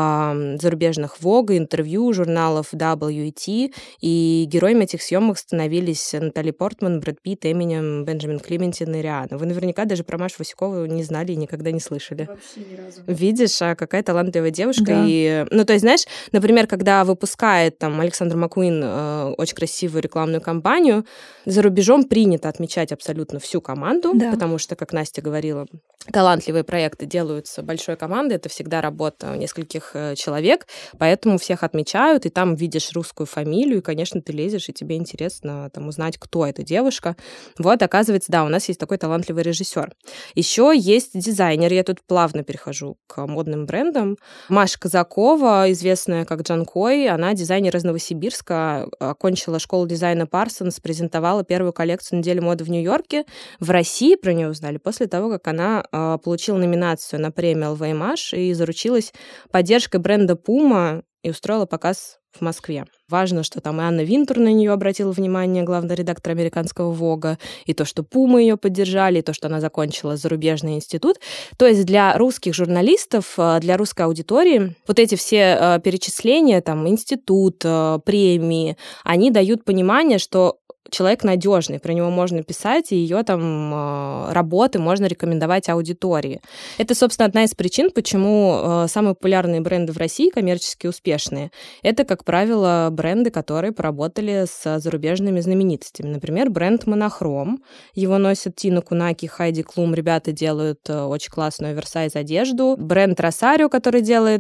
э, зарубежных Vogue, интервью, журналов дабл ю и ти. И героями этих съемок становились Натали Портман, Брэд Питт, Эминем, Бенджамин Клементин и Риhanna. Вы наверняка даже про Машу Васюкову не знали и никогда не слышали. Вообще ни разу. Видишь, а какая талантливая девушка. Да. И, ну, то есть, знаешь, например, когда выпускает там Александр Маккуин э, очень красивую рекламную кампанию, за рубежом принято отмечать абсолютно всю команду, Да. потому что, как Настя говорила, талантливые проекты делаются большой командой, это всегда работа нескольких человек, поэтому всех отмечают, и там видишь русскую фамилию, и, конечно, ты лезешь, и тебе интересно там узнать, кто эта девушка. Вот, оказывается, да, у нас есть такой талантливый режиссер. Еще есть дизайнер, я тут плавно перехожу к модным брендам. Маша Казакова, известная как Джанкой, она дизайнер из Новосибирска, окончила школу дизайна Парсонс, презентовала первую коллекцию недели моды в Нью-Йорке. В России про нее узнали после того, как она э, получила номинацию на премию эл ви Image и заручилась поддержкой бренда Puma и устроила показ в Москве. Важно, что там и Анна Винтур на нее обратила внимание, главный редактор американского Vogue, и то, что Puma ее поддержали, и то, что она закончила зарубежный институт. То есть для русских журналистов, для русской аудитории вот эти все перечисления, там, институт, премии, они дают понимание, что человек надежный, про него можно писать, и ее там работы можно рекомендовать аудитории. Это, собственно, одна из причин, почему самые популярные бренды в России, коммерчески успешные, это, как правило, бренды, которые поработали с зарубежными знаменитостями. Например, бренд Монохром. Его носят Тина Кунаки, Хайди Клум. Ребята делают очень классную оверсайз одежду. Бренд Росарио, который делает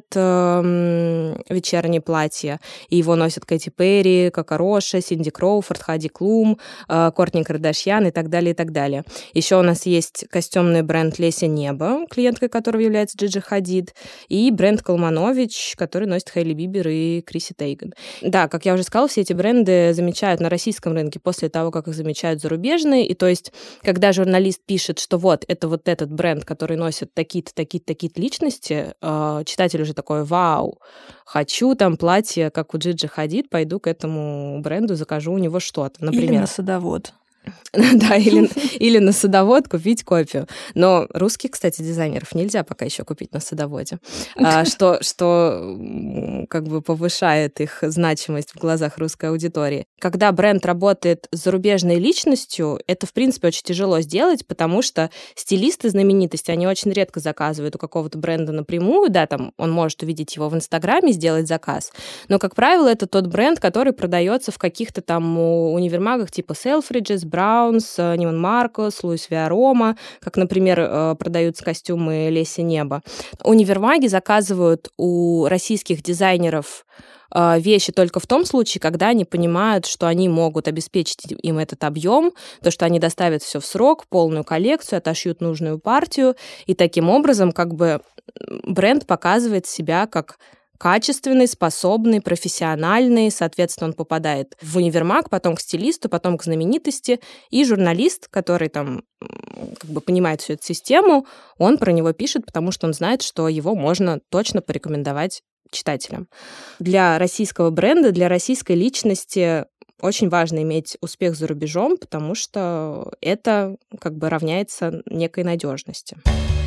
э, вечерние платья. И его носят Кэти Перри, Коко Роша, Синди Кроуфорд, Хайди Клум, Кортни Кардашьян и так далее, и так далее. Еще у нас есть костюмный бренд Леся Небо, клиенткой которого является Джиджи Хадид, и бренд Калманович, который носит Хейли Бибер и Криси Тейган. Да, как я уже сказала, все эти бренды замечают на российском рынке после того, как их замечают зарубежные, и то есть, когда журналист пишет, что вот, это вот этот бренд, который носит такие-то, такие-то, такие-то личности, читатель уже такой: вау, хочу там платье, как у Джиджи Хадид, пойду к этому бренду, закажу у него что-то, например. Или на Садовод. Да, или, или на Садовод купить копию. Но русских, кстати, дизайнеров нельзя пока еще купить на Садоводе, что, что как бы повышает их значимость в глазах русской аудитории. Когда бренд работает с зарубежной личностью, это, в принципе, очень тяжело сделать, потому что стилисты знаменитости, они очень редко заказывают у какого-то бренда напрямую, да, там он может увидеть его в Инстаграме, сделать заказ, но, как правило, это тот бренд, который продается в каких-то там универмагах типа Selfridges, Браунс, Нейман Маркус, Луис Виарома, как, например, продаются костюмы Леси Небо. Универмаги заказывают у российских дизайнеров вещи только в том случае, когда они понимают, что они могут обеспечить им этот объем, то, что они доставят все в срок, полную коллекцию, отошьют нужную партию, и таким образом как бы бренд показывает себя как качественный, способный, профессиональный, соответственно, он попадает в универмаг, потом к стилисту, потом к знаменитости, и журналист, который там как бы понимает всю эту систему, он про него пишет, потому что он знает, что его можно точно порекомендовать читателям. Для российского бренда, для российской личности очень важно иметь успех за рубежом, потому что это как бы равняется некой надежности.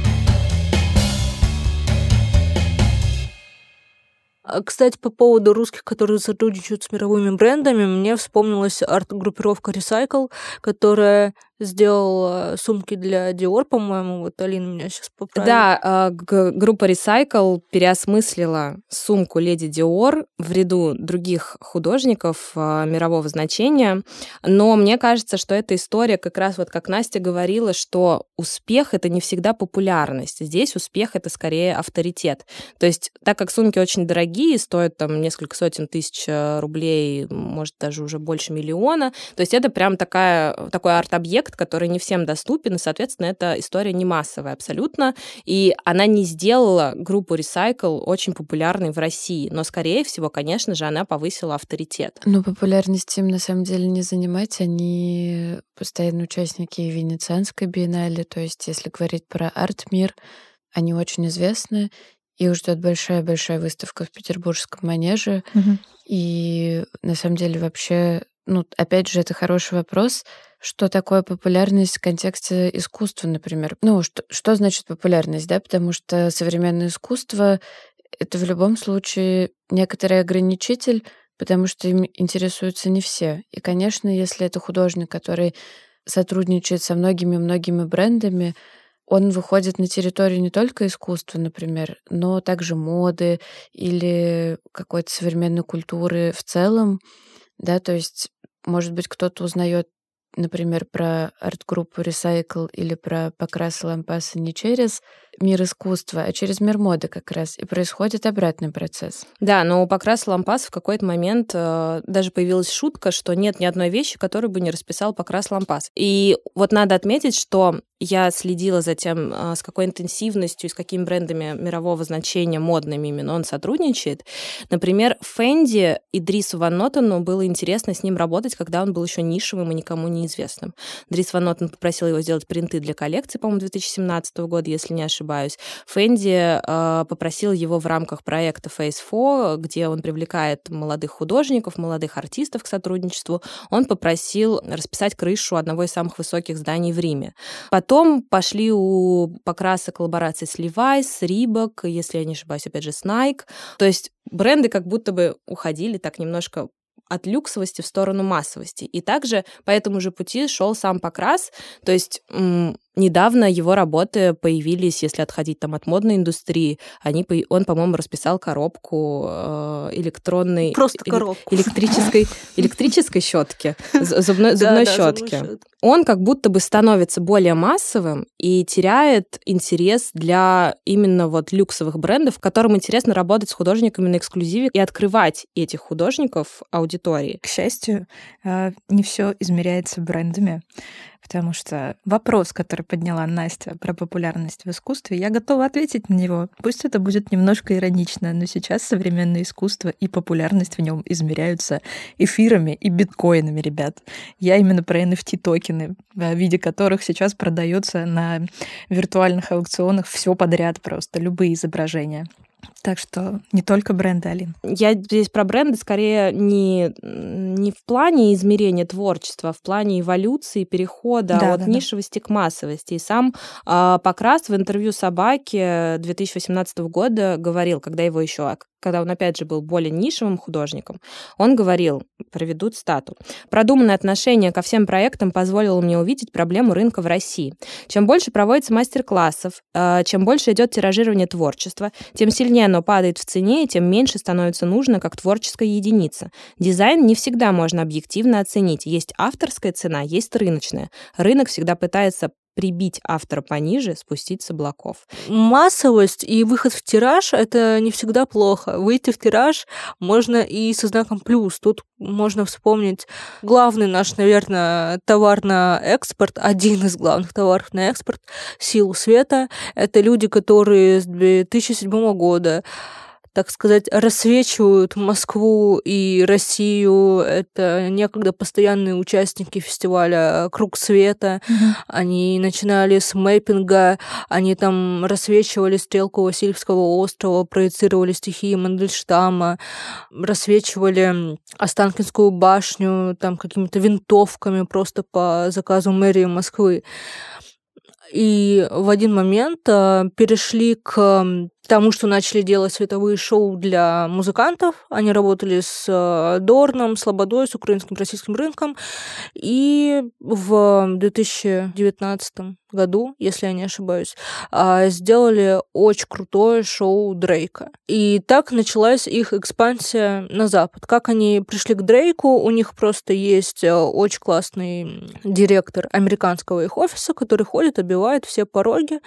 Кстати, по поводу русских, которые сотрудничают с мировыми брендами, мне вспомнилась арт-группировка Recycle, которая сделала сумки для Dior, по-моему. Вот Алина меня сейчас поправит. Да, группа Recycle переосмыслила сумку леди Dior в ряду других художников мирового значения, но мне кажется, что эта история как раз вот как Настя говорила, что успех — это не всегда популярность. Здесь успех — это скорее авторитет. То есть так как сумки очень дорогие, стоят там несколько сотен тысяч рублей, может, даже уже больше миллиона, то есть это прям такая, такой арт-объект, который не всем доступен, и, соответственно, эта история не массовая абсолютно, и она не сделала группу Recycle очень популярной в России, но, скорее всего, конечно же, она повысила авторитет. Но популярность им, на самом деле, не занимать, они постоянные участники Венецианской биеннале, то есть, если говорить про арт-мир, они очень известны, их ждет большая-большая выставка в Петербургском манеже, Угу. и, на самом деле, вообще, ну, опять же, это хороший вопрос, что такое популярность в контексте искусства, например. Ну, что, что значит популярность, да? Потому что современное искусство — это в любом случае некоторый ограничитель, потому что им интересуются не все. И, конечно, если это художник, который сотрудничает со многими-многими брендами, он выходит на территорию не только искусства, например, но также моды или какой-то современной культуры в целом, да, то есть, может быть, кто-то узнает, например, про арт-группу Recycle или про Покрас и Лампасы не через мир искусства, а через мир моды как раз, и происходит обратный процесс. Да, но у Покрас и Лампас в какой-то момент э, даже появилась шутка, что нет ни одной вещи, которую бы не расписал Покрас Лампас. И вот надо отметить, что я следила за тем, э, с какой интенсивностью и с какими брендами мирового значения модными именно он сотрудничает. Например, Фенди и Дрису Ван Нотену было интересно с ним работать, когда он был еще нишевым и никому неизвестным. Дрис Ван Нотен попросил его сделать принты для коллекции, по-моему, две тысячи семнадцатого года, если не ошибаюсь. Фенди э, попросил его в рамках проекта Phase четыре, где он привлекает молодых художников, молодых артистов к сотрудничеству, он попросил расписать крышу одного из самых высоких зданий в Риме. Потом пошли у Покраса коллаборации с Levi's, с Reebok, если я не ошибаюсь, опять же, с Nike. То есть бренды как будто бы уходили так немножко от люксовости в сторону массовости. И также по этому же пути шел сам Покрас, то есть м- недавно его работы появились, если отходить там от модной индустрии, они, он, по-моему, расписал коробку э, электронной... Просто коробку. Электрической, электрической щетки, зубной, зубной да, щетки. Да, зубной он как будто бы становится более массовым и теряет интерес для именно вот люксовых брендов, которым интересно работать с художниками на эксклюзиве и открывать этих художников аудитории. К счастью, не все измеряется брендами, потому что вопрос, который подняла Настя про популярность в искусстве, я готова ответить на него. Пусть это будет немножко иронично, но сейчас современное искусство и популярность в нем измеряются эфирами и биткоинами, ребят. Я именно про эн эф ти-токены, в виде которых сейчас продается на виртуальных аукционах все подряд просто, любые изображения. Так что не только бренды, Алин. Я здесь про бренды скорее не, не в плане измерения творчества, а в плане эволюции, перехода да, от да, нишевости да. к массовости. И сам э, Покрас в интервью «Собаке» две тысячи восемнадцатого года говорил, когда его еще, когда он опять же был более нишевым художником, он говорил, приведу цитату: «Продуманное отношение ко всем проектам позволило мне увидеть проблему рынка в России. Чем больше проводится мастер-классов, э, чем больше идет тиражирование творчества, тем сильнее оно падает в цене, и тем меньше становится нужно как творческая единица. Дизайн не всегда можно объективно оценить. Есть авторская цена, есть рыночная. Рынок всегда пытается прибить автора пониже, спустить с облаков». Массовость и выход в тираж — это не всегда плохо. Выйти в тираж можно и со знаком плюс. Тут можно вспомнить главный наш, наверное, товар на экспорт, один из главных товаров на экспорт — «Силу света». Это люди, которые с две тысячи седьмого года, так сказать, рассвечивают Москву и Россию. Это некогда постоянные участники фестиваля «Круг света». Mm-hmm. Они начинали с мэппинга, они там рассвечивали стрелку Васильевского острова, проецировали стихии Мандельштама, рассвечивали Останкинскую башню там какими-то винтовками просто по заказу мэрии Москвы. И в один момент перешли к тому, что начали делать световые шоу для музыкантов. Они работали с Дорном, с Лободой, с украинским российским рынком. И в две тысячи девятнадцатом году, если я не ошибаюсь, сделали очень крутое шоу Дрейка. И так началась их экспансия на Запад. Как они пришли к Дрейку? У них просто есть очень классный директор американского их офиса, который ходит, оббивает все пороги.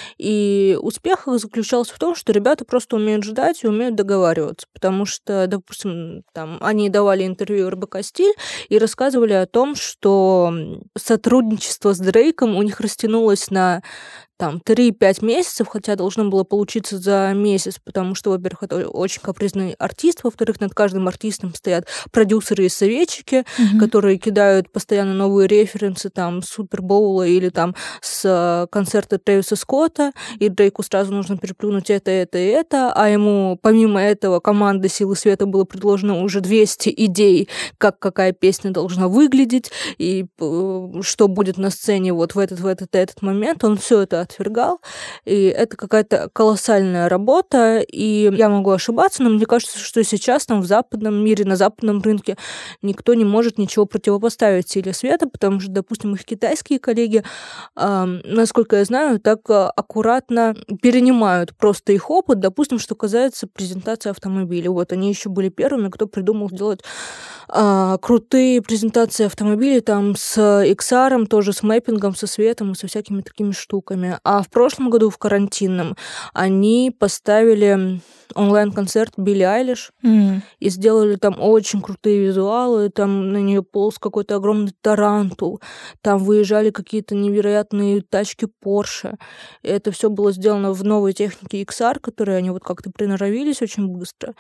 И успех их заключался в том, что ребята просто умеют ждать и умеют договариваться. Потому что, допустим, там, они давали интервью эр бэ ка «Стиль» и рассказывали о том, что сотрудничество с Дрейком у них растянулось на там три-пять месяцев, хотя должно было получиться за месяц, потому что, во-первых, это очень капризный артист, во-вторых, над каждым артистом стоят продюсеры и советчики, mm-hmm. которые кидают постоянно новые референсы там с Супербоула или там с концерта Трэвиса Скотта, и Дрейку сразу нужно переплюнуть это, это и это, а ему помимо этого команды «Силы света» было предложено уже двести идей, как какая песня должна выглядеть, и что будет на сцене вот в этот, в этот, в этот момент. Он все это отвергал, и это какая-то колоссальная работа, и я могу ошибаться, но мне кажется, что сейчас там в западном мире, на западном рынке никто не может ничего противопоставить «Силе света», потому что, допустим, их китайские коллеги, э, насколько я знаю, так аккуратно перенимают просто их опыт, допустим, что касается презентации автомобилей. Вот они еще были первыми, кто придумал делать э, крутые презентации автомобилей там с икс ар, тоже с мэппингом, со светом и со всякими такими штуками. А в прошлом году, в карантинном, они поставили онлайн-концерт Билли Айлиш mm. и сделали там очень крутые визуалы, там на нее полз какой-то огромный тарантул, там выезжали какие-то невероятные тачки Porsche. И это все было сделано в новой технике икс ар, которые они вот как-то приноровились очень быстро.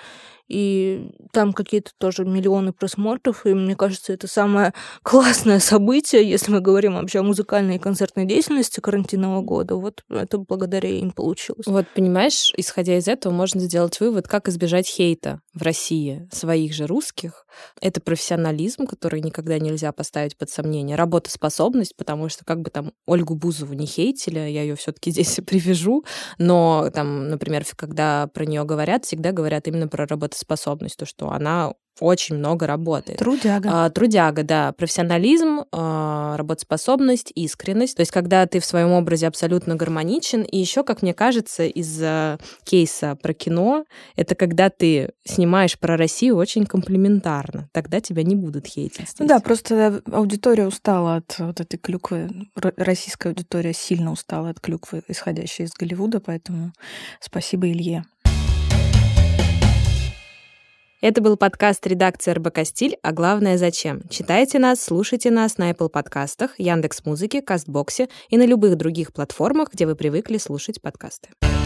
И там какие-то тоже миллионы просмотров, и мне кажется, это самое классное событие, если мы говорим вообще о музыкальной и концертной деятельности карантинного года. Вот это благодаря им получилось. Вот, понимаешь, исходя из этого, можно сделать вывод, как избежать хейта в России своих же русских. Это профессионализм, который никогда нельзя поставить под сомнение. Работоспособность, потому что как бы там Ольгу Бузову не хейтили, я ее все-таки здесь привяжу, но там, например, когда про нее говорят, всегда говорят именно про работоспособность, то, что она очень много работает. Трудяга. А, трудяга, да. Профессионализм, а, работоспособность, искренность. То есть, когда ты в своем образе абсолютно гармоничен. И еще, как мне кажется, из кейса про кино, это когда ты снимаешь про Россию очень комплиментарно. Тогда тебя не будут хейтить здесь. Ну да, просто аудитория устала от вот этой клюквы. Российская аудитория сильно устала от клюквы, исходящей из Голливуда, поэтому спасибо Илье. Это был подкаст редакции эр бэ ка «Стиль», а главное «Зачем?». Читайте нас, слушайте нас на Apple подкастах, Яндекс.Музыке, Кастбоксе и на любых других платформах, где вы привыкли слушать подкасты.